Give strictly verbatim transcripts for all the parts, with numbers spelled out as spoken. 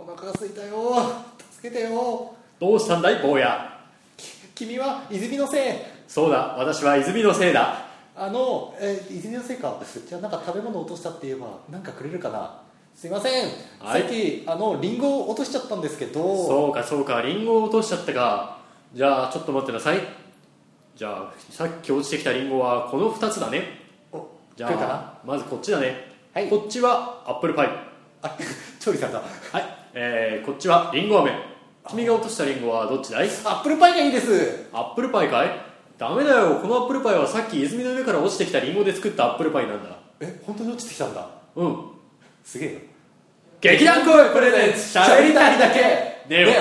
腹が空いたよ、助けてよ。 どうしたんだい坊や。 君は泉のせい。 そうだ、私は泉のせいだ。 あの、えー、泉のせいか。じゃあなんか食べ物落としたって言えばなんかくれるかな。すいません、はい、さっきあのリンゴを落としちゃったんですけど。 そうかそうか、リンゴを落としちゃったか。じゃあちょっと待ってなさい。じゃあさっき落ちてきたリンゴはこのふたつだね。 お、 じゃあまずこっちだね、 はい、 こっちはアップルパイ。 あ、調理された。 はい、えー、こっちはリンゴ飴。君が落としたリンゴはどっちだい？ アップルパイがいいです。 アップルパイかい？ダメだよ、このアップルパイはさっき泉の上から落ちてきたリンゴで作ったアップルパイなんだ。 え、本当に落ちてきたんだ。 うん、 すげえよ。 劇団声プレゼンツ、しゃべりたいだけネオ。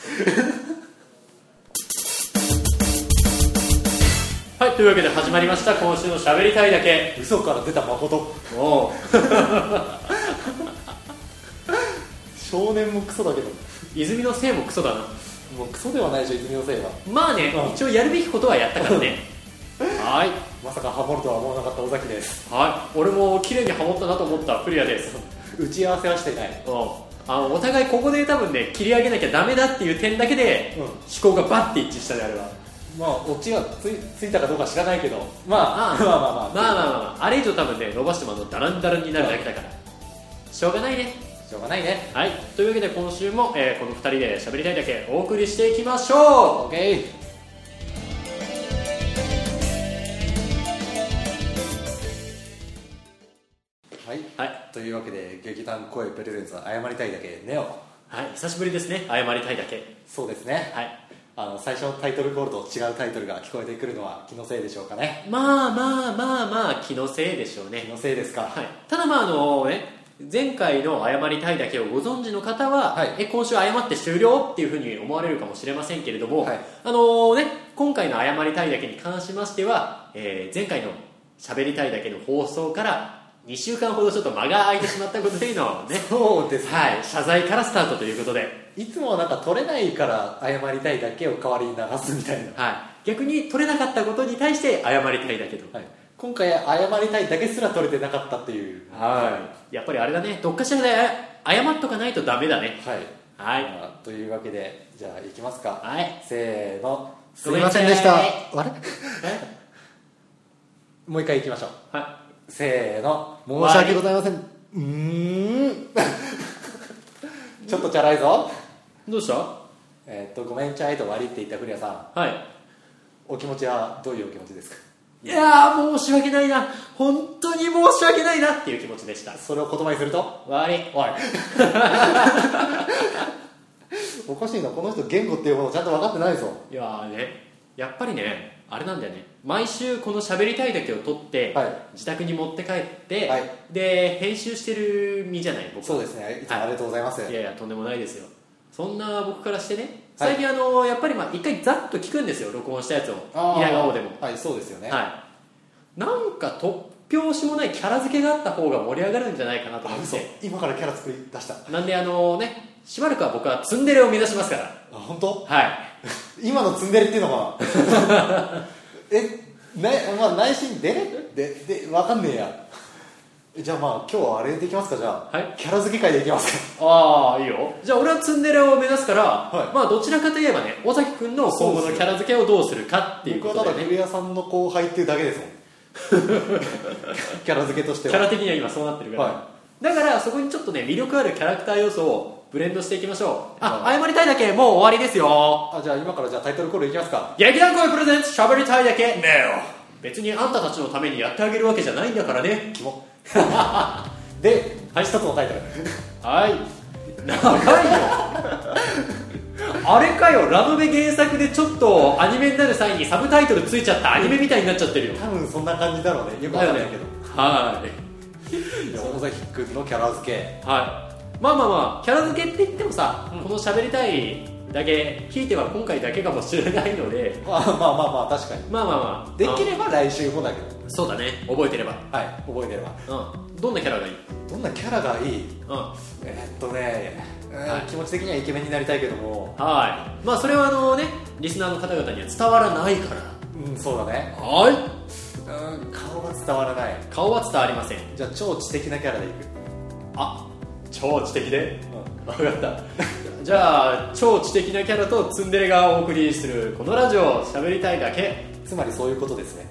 はい、というわけで始まりました今週のしゃべりたいだけ。 嘘から出た誠。 おう少年もクソだけど泉のせいもクソだな。 もうクソではないでしょ、泉のせいは。 まあね、うん、一応やるべきことはやったからね。はい、 まさかハモるとは思わなかった尾崎です。 はい、俺も綺麗にハモったなと思った古谷です。 打ち合わせはしていない。 うん、あのお互いここで多分ね切り上げなきゃダメだっていう点だけで、うん、思考がバッて一致したね、あれは。 まあオチがつ い, ついたかどうか知らないけど、まあ、ああまあまあまあまあまあまあ、 あれ以上多分ね伸ばしてもあのダランダランになるだけだから、しょうがないねしょうがないね。 はい、というわけで今週も、えー、このふたりでしゃべりたいだけお送りしていきましょう。 OK。 はい、はい、というわけで劇団声プレゼンツ謝りたいだけネオ。 はい、久しぶりですね、謝りたいだけ。 そうですね、 はい、 あの最初のタイトルコールと違うタイトルが聞こえてくるのは気のせいでしょうかね。 まあまあまあまあ気のせいでしょうね。 気のせいですか。 はい、ただまああのね、前回の謝りたいだけをご存知の方は、はい、え今週謝って終了っていうふうに思われるかもしれませんけれども、はい、あのー、ね、今回の謝りたいだけに関しましては、えー、前回の喋りたいだけの放送からにしゅうかんほどちょっと間が空いてしまったことというのをねそうですね、 はい、謝罪からスタートということで、 いつもはなんか取れないから謝りたいだけを代わりに流すみたいな、 はい、逆に取れなかったことに対して謝りたいだけと、 はい、今回謝りたいだけすら取れてなかったっていう、 はい、やっぱりあれだね、どっかしらで謝っとかないとダメだね。 はい、 はい、 まあ、というわけでじゃあいきますか。 はい、 せーの、すみませんでした。あれもう一回いきましょう。はい、せーの、申し訳ございません。うーんちょっとチャラいぞ。 どうした？ えー、っとごめんちゃいと悪いって言った古谷さん、はい、お気持ちはどういうお気持ちですか？ いやー、申し訳ないな、本当に申し訳ないなっていう気持ちでした。 それを言葉にすると悪い。 おいおかしいな、この人言語っていうものちゃんと分かってないぞ。 いやーね、やっぱりね、あれなんだよね、毎週この喋りたいだけを撮って、はい、自宅に持って帰って、はい、で編集してる身じゃない僕は。そうですね、いつもありがとうございます、はい、いやいやとんでもないですよ。そんな僕からしてね、最近あの、はい、やっぱりまあ一回ざっと聞くんですよ、録音したやつを、イラガオでも。はい、そうですよね、はい、なんか突拍子もないキャラ付けがあった方が盛り上がるんじゃないかなと思って。今からキャラ作り出した。なんであのね、しばらくは僕はツンデレを目指しますから。あ、本当？はい。今のツンデレっていうのはえ、ね、まあ内心デレででわかんねえや。じゃあまあ今日はあれでいきますか。じゃあ、はい、キャラ付け会でいきますか。ああ、いいよ。じゃあ俺はツンデレを目指すから、はい、まあどちらかといえばね、尾崎君の今後のキャラ付けをどうするかっていうことで、ね、僕はただ古谷さんの後輩っていうだけですもんキャラ付けとしては。キャラ的には今そうなってるから、はい、だからそこにちょっとね魅力あるキャラクター要素をブレンドしていきましょう。あ、謝りたいだけもう終わりですよ。あ、じゃあ今からじゃあタイトルコールいきますか。劇団声プレゼンツしゃべりたいだけネオ。別にあんたたちのためにやってあげるわけじゃないんだからね。キモで、はい、一つのタイトルはい、長いよあれかよ、ラノベ原作でちょっとアニメになる際にサブタイトルついちゃったアニメみたいになっちゃってるよ。多分そんな感じだろうね。よくわかんないけど、ね、はい尾崎君のキャラ付け、はい、まあまあまあキャラ付けって言ってもさ、うん、この喋りたいだけひいては今回だけかもしれないので、まあまあまあまあ確かに、まあまあまあできれば来週もだけど。そうだね、覚えてれば、はい、覚えてれば、うん、どんなキャラがいい？どんなキャラがいい、うん、えー、っとね、はい、気持ち的にはイケメンになりたいけども、はい、まあそれはあのねリスナーの方々には伝わらないから。うん、そうだね。はい、うん、顔が伝わらない。顔は伝わりません。じゃあ超知的なキャラでいく。あ、超知的で、うん、 分かったじゃあ超知的なキャラとツンデレがお送りするこのラジオ喋りたいだけ、 つまりそういうことですね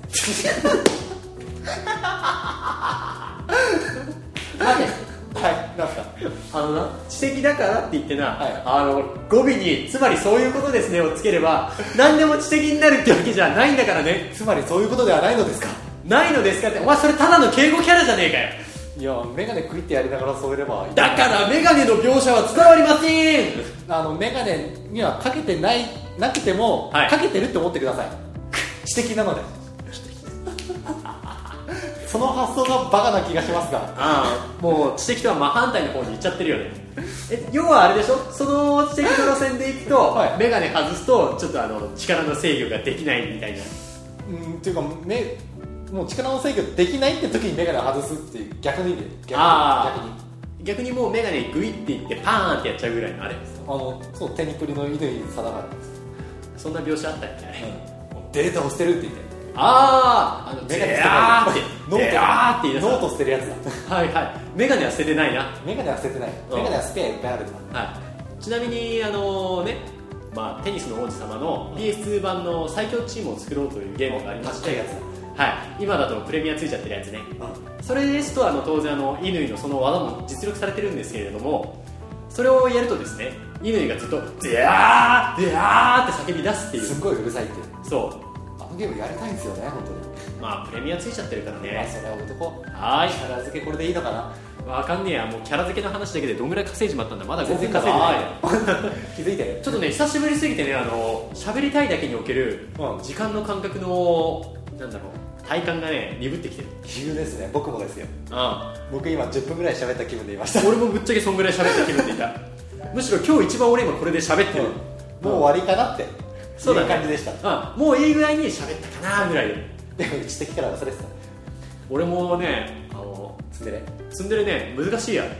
待てはい、なんすかあのな、知的だからって言ってな、 はい、 あの語尾につまりそういうことですねをつければ何でも知的になるってわけじゃないんだからね。 つまりそういうことではないのですか。 ないのですかって、お前それただの敬語キャラじゃねえかよ。 いや、メガネクイってやりながらそういればいい。 だからメガネの描写は伝わりません。 あのメガネにはかけてないなくても、はい、かけてるって思ってください知的なのでその発想がバカな気がしますが、 ああ、もう知的とは真反対の方に行っちゃってるよねえ、要はあれでしょ、その知的の路線で行くと、はい、メガネ外すとちょっとあの力の制御ができないみたいな。 うんっていうかめもう力の制御できないって時にメガネ外すっていう逆にいいんで、逆にあ逆に逆にもうメガネグイっていってパーンってやっちゃうぐらいのあれ。 あのそうテニプリの乾定がそんな描写あったっけ、 うん、データを捨てるって言って、 ああ、あのメガネ捨てないノートって言いノート捨てるやつだはいはい、メガネは捨ててないな。 メガネは捨ててない、メガネはスペアいっぱいあるな、はい、ちなみにあのね、まあ、テニスの王子様の ピーエスツー 版の最強チームを作ろうというゲームがありまして、はい、今だとプレミアついちゃってるやつね、うん、それですとあの当然あの乾のその技も実力されてるんですけれども、それをやるとですね、乾がずっと「デャーデャー」って叫び出すっていう、 すっごいうるさいって。 そう、 あのゲームやりたいんですよね本当に。 まあプレミアついちゃってるからね。 まあそれは男。 はい、 キャラ付けこれでいいのかな。 わかんねえや、もうキャラ付けの話だけでどんぐらい稼いじまったんだ。まだ全然稼いでない気づいて。 ちょっとね、久しぶりすぎてね、あの喋りたいだけにおける時間の感覚のなんだろう、体感がね鈍ってきてる。 急ですね。僕もですよ。 ああ、 僕今じゅっぷんぐらい喋った気分でいました。 俺もぶっちゃけそんぐらい喋った気分でいたむしろ今日一番俺今これで喋ってる、 うん、もう終わりかなってそういう感じでした。 ああ、もういいぐらいに喋ったかなぐらいで。 でも知的から忘れてた。 俺もね、あのツンデレツンデレね難しいや、うん、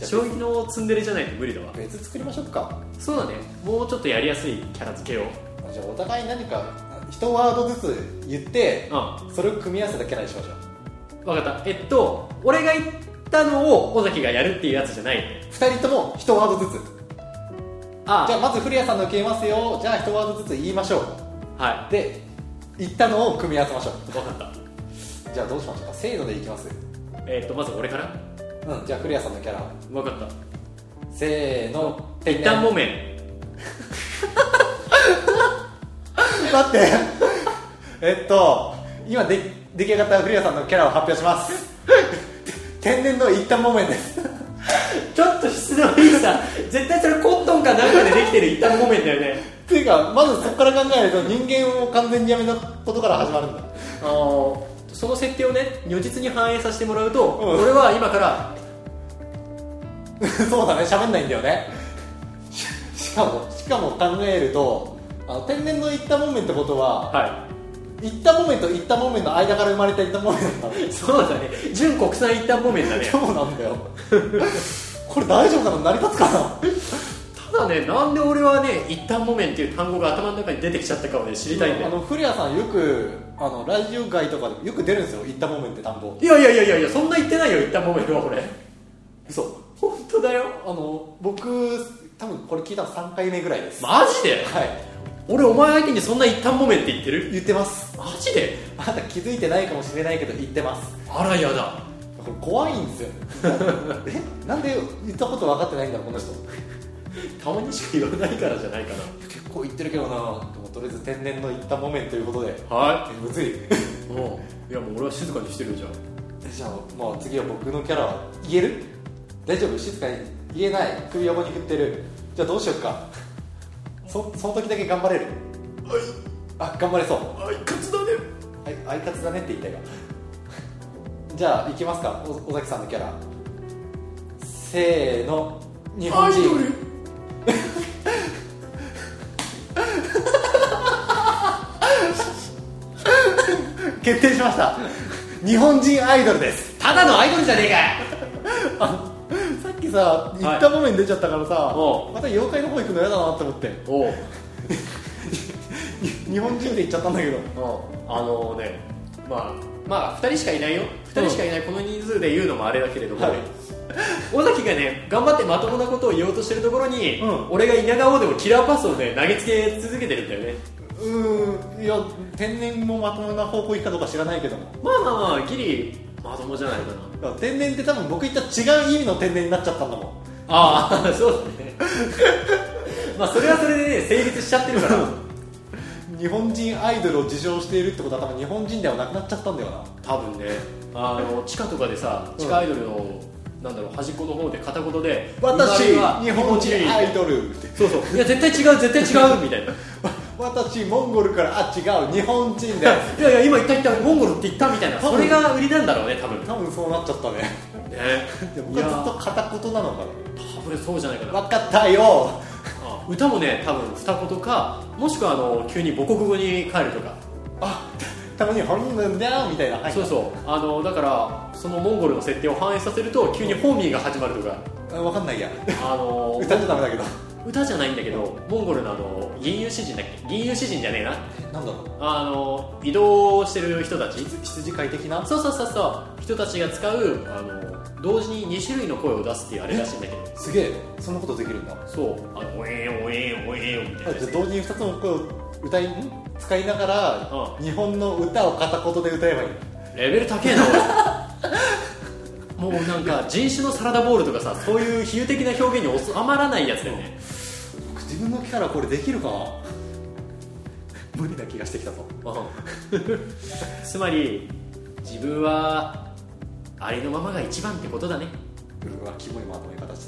将棋のツンデレじゃないと無理だわ。 別作りましょうか。 そうだね、もうちょっとやりやすいキャラ付けを。 じゃあお互い何か一ワードずつ言って、うん、それを組み合わせたキャラにしましょう。 分かった。えっと俺が言ったのを尾崎がやるっていうやつじゃない。 ふたりとも一ワードずつ。 ああ、 じゃあまず古谷さんの受けますよ。じゃあ一ワードずつ言いましょう。はい。 で言ったのを組み合わせましょう。 分かった。 じゃあどうしましょうか。せーのでいきます。 えー、っとまず俺からうん、じゃあ古谷さんのキャラ。 分かった。 せーの、 一旦もめん待ってえっと今で出来上がった古谷さんのキャラを発表します天然の一旦もめんですちょっと質のいいさ、絶対それコットンかなんかでできてる一旦もめんだよねっていうかまずそこから考えると人間を完全にやめたことから始まるんだ。 あー、その設定をね如実に反映させてもらうと、うん、俺は今からそうだね、喋んないんだよねしかもしかも考えるとあの天然の一旦もめんってことは、はい、一旦もめんと一旦もめんの間から生まれた一旦もめんなんだそうだね、純国産一旦もめんだねそうなんだよこれ大丈夫かな、成り立つかなただね、なんで俺はね一旦もめんっていう単語が頭の中に出てきちゃったかをね知りたいんだよ。 あの古谷さんよくあのラジオ外とかでよく出るんですよ、一旦もめんって単語。 いやいやいやいやいや、そんな言ってないよ一旦もめんはこれ。 嘘、 本当だよ。 あの僕多分これ聞いたのさんかいめぐらいです。 マジで？ はい。 俺お前相手にそんな一旦もめんって言ってる？ 言ってます。 マジで？ あなた気づいてないかもしれないけど言ってます。 あらやだ。 これ怖いんですよえ、なんで言ったこと分かってないんだろうこの人たまにしか言わないからじゃないかな。 結構言ってるけどな。でもとりあえず天然の一旦もめんということで、 はい、 むずいもういやもう俺は静かにしてるじゃん。 じゃあ、まあ、次は僕のキャラ言える？大丈夫？静かに言えない。首横に振ってる。じゃあどうしようかそ, その時だけ頑張れる？ はい。 あ、頑張れそう。 アイカツだね。 はい、アイカツだねって言ったよじゃあいきますか、尾崎さんのキャラ。せーの、日本人。決定しました。日本人アイドルです。 ただのアイドルじゃねえかあさっきさ、言った場面出ちゃったからさ、はい、また妖怪の方行くの嫌だなって思ってお日本人って言っちゃったんだけど、 あのね、まあまあふたりしかいないよ。ふたりしかいないこの人数で言うのもあれだけれども、はい、 尾崎がね頑張ってまともなことを言おうとしてるところに、うん、俺が稲顔でもキラーパスをね投げつけ続けてるんだよね。 うーん、いや天然もまともな方向行くかどうか知らないけども、 まあまあまあギリまともじゃないかな。天然って多分僕言った違う意味の天然になっちゃったんだもん。 ああそうだねまあそれはそれでね成立しちゃってるから日本人アイドルを自称しているってことは多分日本人ではなくなっちゃったんだよな。 多分ね、あの地下とかでさ地下アイドルの、うん、なんだろう端っこの方で片言で私は日本人アイドルって、 そうそういや絶対違う絶対違うみたいな私モンゴルからあ違う日本人ですいやいや今言った言ったモンゴルって言ったみたいな、それが売りなんだろうね多分。 多分そうなっちゃったね。ねでも僕はずっと片言なのかな。 多分そうじゃないかな。 分かったよ。 あ歌もね多分二言かもしくはあの急に母国語に変えるとか。 あたまにホンヌンダーみたいな。 そうそうあのだからそのモンゴルの設定を反映させると急にホーミーが始まるとか。 あ分かんないやあの歌っちゃダメだけど。 歌じゃないんだけどモンゴルのあの銀融詩人だっけ。銀融詩人じゃねえな。 なんだろうあの移動してる人たち羊飼い的な。 そうそうそうそう人たちが使うあの同時にに種類の声を出すっていうあれらしいんだけど。 すげえそんなことできるんだ。 そうあのおえーおえーおえーみたいな。 じゃあ同時にふたつの声を歌い使いながら、うん、日本の歌を片言で歌えばいい。 レベル高えなもうなんか人種のサラダボールとかさそういう比喩的な表現に収まらないやつだよね。 僕自分のキャラこれできるかな。無理な気がしてきたぞつまり自分はありのままが一番ってことだね。 うわキモいまとめ方した。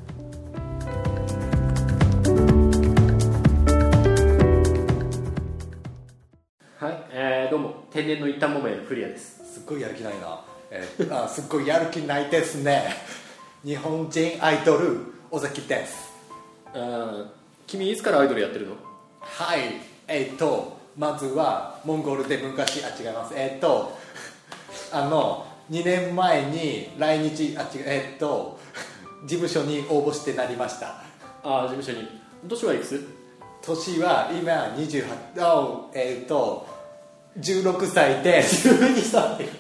はい、えー、どうも天然の一旦もめのフリアです。 すっごいやる気ないな、えー、あすっごいやる気ないですね日本人アイドル尾崎です。 あ君いつからアイドルやってるの？ はいえー、っとまずはモンゴルで昔あ違いますえー、っとあのにねんまえに来日あ違うえー、っと事務所に応募してなりました。 あ事務所に。年はいくつ？ 年は今にじゅうはちあえー、っとじゅうろくさいでじゅうにさい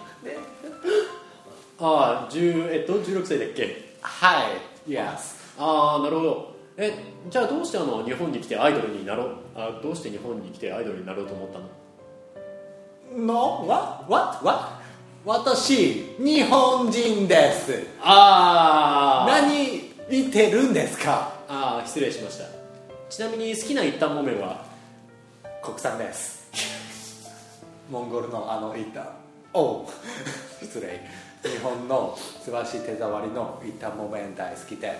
ああ、10えっとじゅうろくさいだっけ。 はい Yes ああなるほど。えじゃあどうしてあの日本に来てアイドルになろうあどうして日本に来てアイドルになろうと思ったの？ No What What What 私日本人です。 ああ何言ってるんですか。 ああ失礼しました。ちなみに好きな一反木綿は？ 国産ですモンゴルのあの一旦お失礼日本の素晴らしい手触りの一旦木綿大好きです。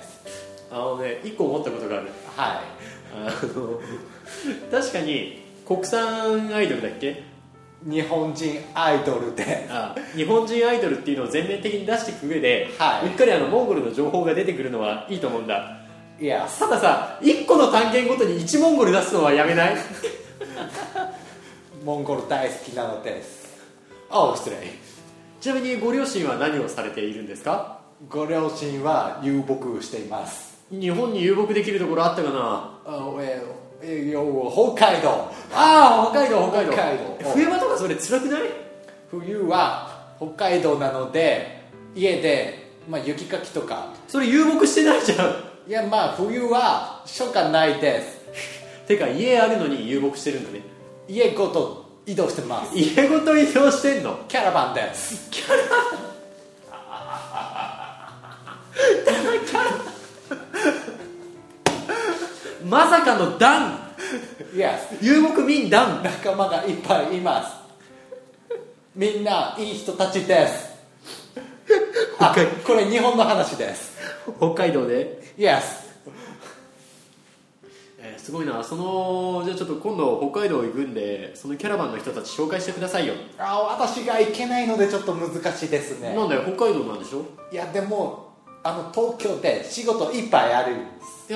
あのね一個思ったことがある。 はいあの確かに国産アイドルだっけ。 日本人アイドルであ日本人アイドルっていうのを全面的に出していく上で、はい、うっかりあのモンゴルの情報が出てくるのはいいと思うんだ。 いやたださいっこの単元ごとにいちモンゴル出すのはやめないモンゴル大好きなのです。あ失礼。 ちなみにご両親は何をされているんですか？ ご両親は遊牧しています。 日本に遊牧できるところあったかな。 あえー、北海道。 ああ北海道北海道北海道冬場とかそれ辛くない？ 冬は北海道なので家で、まあ、雪かきとか。 それ遊牧してないじゃん。 いやまあ冬は初夏ないですてか家あるのに遊牧してるんだね。 家ごと移動してます。 家ごと移動してんの？ キャラバンです。 キャラバンキャラまさかのダン。 Yes 遊牧民ダン。 仲間がいっぱいいます。みんないい人たちですあこれ日本の話です。 北海道で Yes えー、すごいな。そのじゃあちょっと今度北海道行くんでそのキャラバンの人たち紹介してくださいよ。 あ私が行けないのでちょっと難しいですね。 なんだよ北海道なんでしょ。 いやでもあの東京で仕事いっぱいあるんです。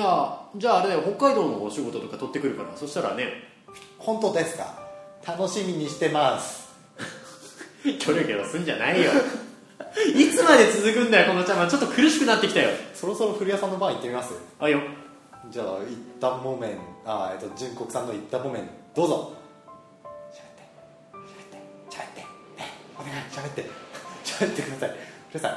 いやじゃああれだよ北海道のお仕事とか取ってくるから。そしたらね。 本当ですか。楽しみにしてますキョロキョロすんじゃないよいつまで続くんだよこの茶碗。ちょっと苦しくなってきたよ。 そろそろ古谷さんの番行ってみます。 あよじゃあ一旦木綿あ、えっと、純国産の一旦木綿どうぞ。しゃべってしゃべってしゃべって、ね、お願いしゃべってしゃべってください。古谷さん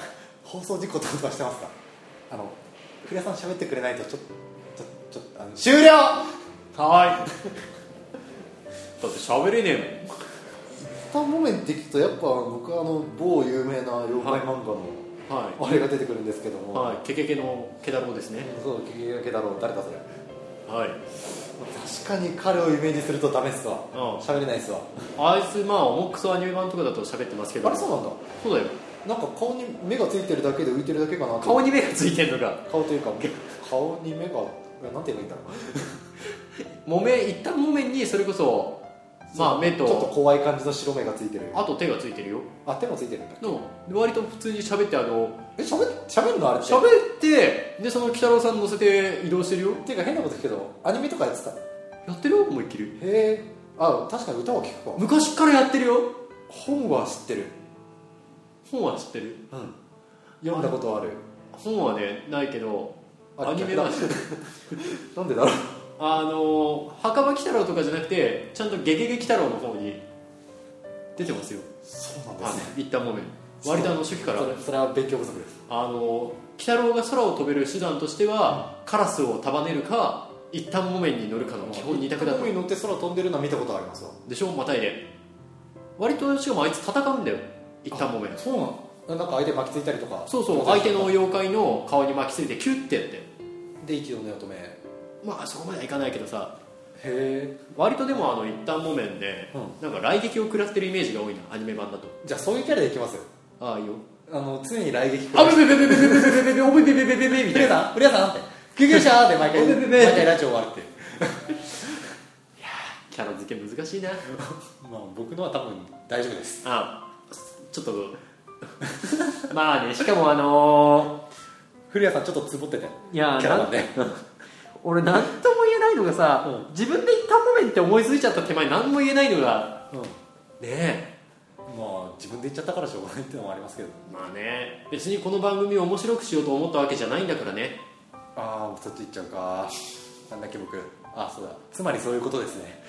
放送事故ってことはしてますか？あの古谷さん喋ってくれないとちょっとちょっとあの終了。 はいだって喋れねえもん。 一旦モメンって聞くとやっぱ僕はあの某有名な妖怪漫画の、はい、あれが出てくるんですけども、 はい、ケケケのケダロウですね。 そう、ケケケのケダロウ、誰だそれ。 はい、 確かに彼をイメージするとダメっすわ。喋、うん、れないっすわ。 あいつまあ重くそアニメ版とかだと喋ってますけど。 あれそうなんだ。 そうだよ。 なんか顔に目がついてるだけで浮いてるだけかな。 顔に目がついてるのか。 顔というか顔に目がなんて言えばいいんだろう。木綿一旦木綿にそれこそ。まあ目とちょっと怖い感じの白目がついてる。 あと手がついてるよ。 あ、手もついてるんだっけ。 うん、割と普通に喋ってあのえ喋喋るのあれって。 喋ってでその鬼太郎さん乗せて移動してるよ。 っていうか変なこと聞くけどアニメとかやってた。 やってるよ思いっきり。 へえ。あ、確かに歌は聞くか。 昔からやってるよ。 本は知ってる。 本は知ってる。 うん。読んだことはある。 本はねないけどアニメは知ってる。 なんでだろう。 あの墓場鬼太郎とかじゃなくてちゃんとゲゲゲ鬼太郎の方に出てますよ。 そうなんですね。 一旦もめ割とあの初期から。 それ、それは勉強不足です。 あの鬼太郎が空を飛べる手段としては、うん、カラスを束ねるか一旦木綿に乗るかの基本二択だと。 木綿に乗って空飛んでるのは見たことありますわ。 でしょ、またいで割としかもあいつ戦うんだよ一旦木綿。 そうなの。なんか相手巻きついたりとか。 そうそう、相手の妖怪の顔に巻きついてキュッてやってで息を根を止め。 まあそこまではいかないけどさ。 へえ。 割とでもあの一旦木綿で、うん、なんか雷撃を食らってるイメージが多いなアニメ版だと。 じゃあそういうキャラでいきます。 ああいいよ。 あの常に雷撃。 あべべべべべべべべべべべおべべべべべべみたいな。 古谷さんって救急車で毎回毎回ラジオ終わるって。いやキャラ付け難しいな。まあ僕のは多分大丈夫です。 あちょっとまあね、しかもあのー、 古谷さんちょっとつぼってて。 いやキャラなんで。 俺何とも言えないのがさ、うん、自分で一旦木綿って思いついちゃった手前何も言えないのが、うん、ねえ。 まあ自分で言っちゃったからしょうがないっていうのもありますけど。 まあね、別にこの番組を面白くしようと思ったわけじゃないんだからね。 ああそっち行っちゃうか。なんだっけ僕。あそうだ、つまりそういうことですね。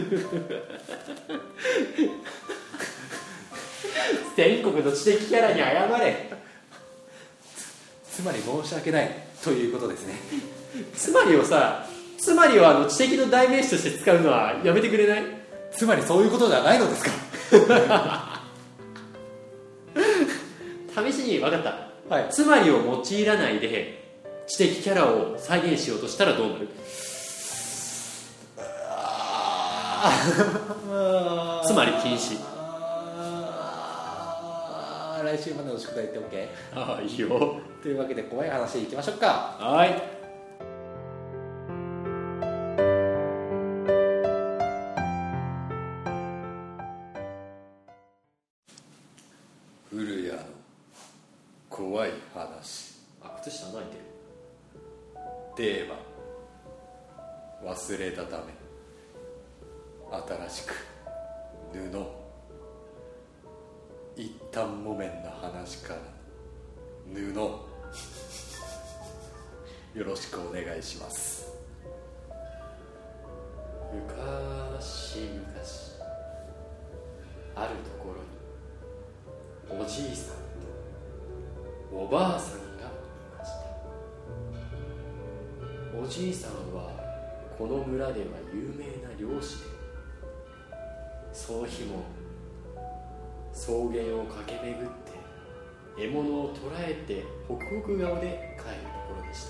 全国の知的キャラに謝れ。 つまり申し訳ないということですね。 つまりをさ、つまりをあの知的の代名詞として使うのはやめてくれない？ つまりそういうことじゃないのですか。 試しに分かった、 はい、 つまりを用いらないで知的キャラを再現しようとしたらどうなる？つまり禁止。 来週までの宿題って OK？ ああいいよ。 というわけで怖い話いきましょうか。 はい。 古谷の怖い話。 あ、靴下泣いてる。 テーマ忘れたため新しく布一旦木綿の話から布よろしくお願いします。 昔々あるところにおじいさんとおばあさんがいました。おじいさんはこの村では有名な漁師で、その日も草原を駆け巡って獲物を捕らえて北北側で帰るところでした。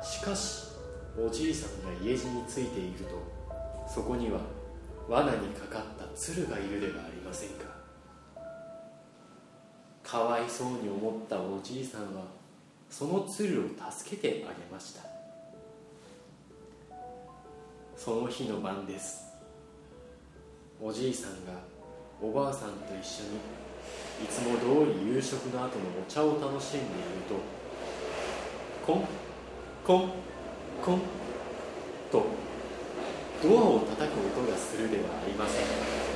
しかしおじいさんが家路についていると、そこには罠にかかった鶴がいるではありませんか。かわいそうに思ったおじいさんはその鶴を助けてあげました。その日の晩です。おじいさんがおばあさんと一緒にいつも通り夕食の後のお茶を楽しんでいると、コンコンコンとドアを叩く音がするではありません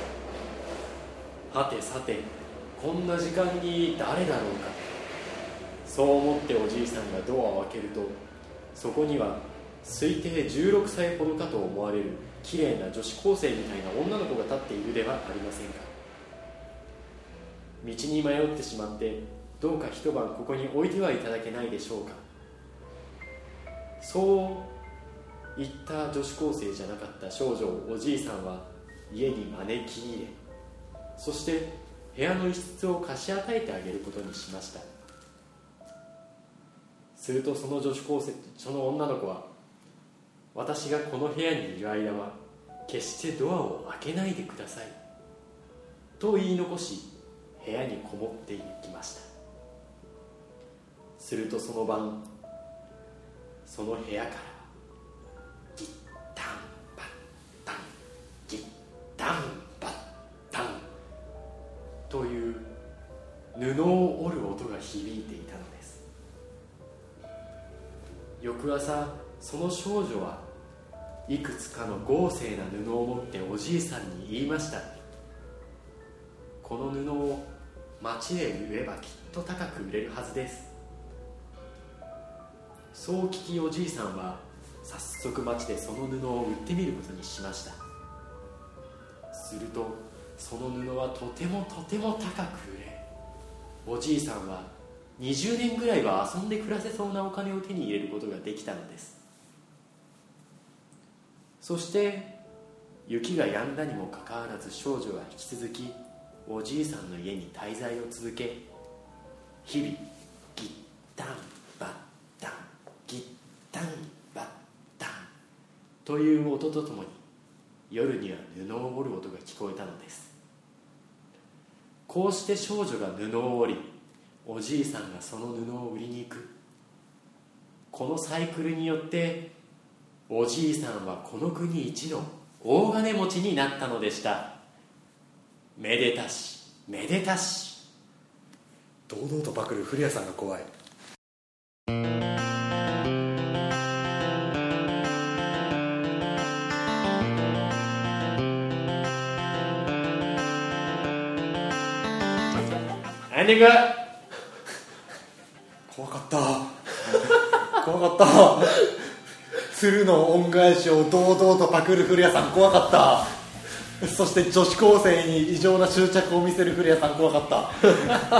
か。はてさて、こんな時間に誰だろうか。そう思っておじいさんがドアを開けると、そこには推定じゅうろくさいほどかと思われる綺麗な女子高生みたいな女の子が立っているではありませんか。 道に迷ってしまってどうか一晩ここに置いてはいただけないでしょうか。そう言った女子高生じゃなかった少女をおじいさんは家に招き入れ、そして部屋の一室を貸し与えてあげることにしました。するとその女子高生、その女の子は、私がこの部屋にいる間は決してドアを開けないでくださいと言い残し、部屋にこもっていきました。するとその晩、その部屋からギッタンバッタンギッタンバッタンという布を織る音が響いていたのです。翌朝、その少女はいくつかの豪勢な布を持っておじいさんに言いました。この布を町で売ればきっと高く売れるはずです。そう聞き、おじいさんは早速町でその布を売ってみることにしました。するとその布はとてもとても高く売れ、おじいさんはにじゅうねんぐらいは遊んで暮らせそうなお金を手に入れることができたのです。そして雪が止んだにもかかわらず、少女は引き続きおじいさんの家に滞在を続け、日々ギッタンバッタンギッタンバッタンという音とともに、夜には布を織る音が聞こえたのです。こうして少女が布を織り、おじいさんがその布を売りに行く。このサイクルによっておじいさんはこの国一の大金持ちになったのでした。めでたしめでたし。 堂々とパクる古谷さんが怖い。 エンディング。 怖かった怖かった鶴の恩返しを堂々とパクる古谷さん怖かった。そして女子高生に異常な執着を見せる古谷さん怖かった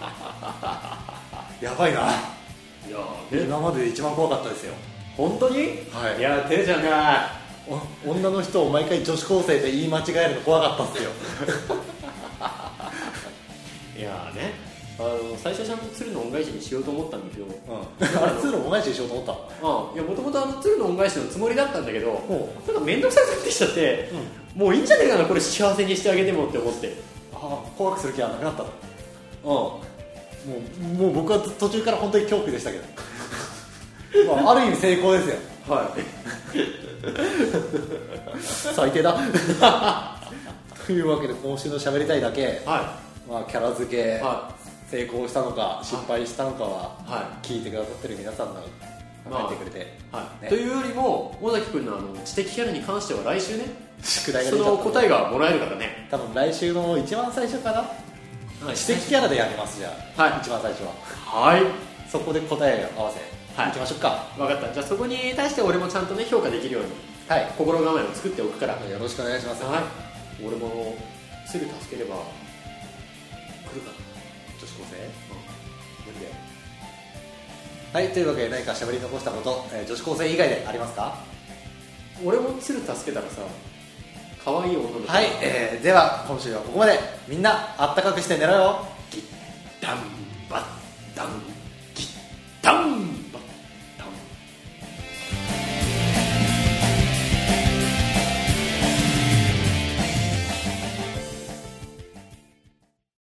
やばいな。いや今までで一番怖かったですよ。 本当に？はい。いやてるちゃんが女の人を毎回女子高生で言い間違えるの怖かったっすよいやね、あの最初ちゃんと鶴の恩返しにしようと思ったんだけど、うん、 あれ鶴の恩返しにしようと思ったあいやもともと鶴の恩返しのつもりだったんだけど、なんか面倒くさくなってきちゃって、うん、もういいんじゃねえかなこれ幸せにしてあげてもって思って、 ああ怖くする気はなくなったの。うんもう、もう僕は途中から本当に恐怖でしたけどまあ、ある意味成功ですよ。はい最低だというわけで今週の喋りたいだけ、はいまあ、キャラ付け、はい、成功したのか失敗したのかは、はい、聞いてくださってる皆さんが考えてくれて、 まあはいね、というよりも尾崎君のあの知的キャラに関しては来週ね宿題がその答えがもらえるからね。 多分来週の一番最初かな、はい、知的キャラでやりますじゃあ、はい、一番最初ははいそこで答えを合わせ、はい、いきましょうか。 分かった。じゃあそこに対して俺もちゃんとね評価できるように、はい、心構えを作っておくからよろしくお願いします。 はい俺もすぐ助ければ来るかな女子高生、うん、無理だよ。はいというわけで何かしゃべり残したこと、えー、女子高生以外でありますか？ 俺も鶴助けたらさ可愛い女の子。 はい、えー、では今週はここまで。みんなあったかくして寝ろよ。ギッタン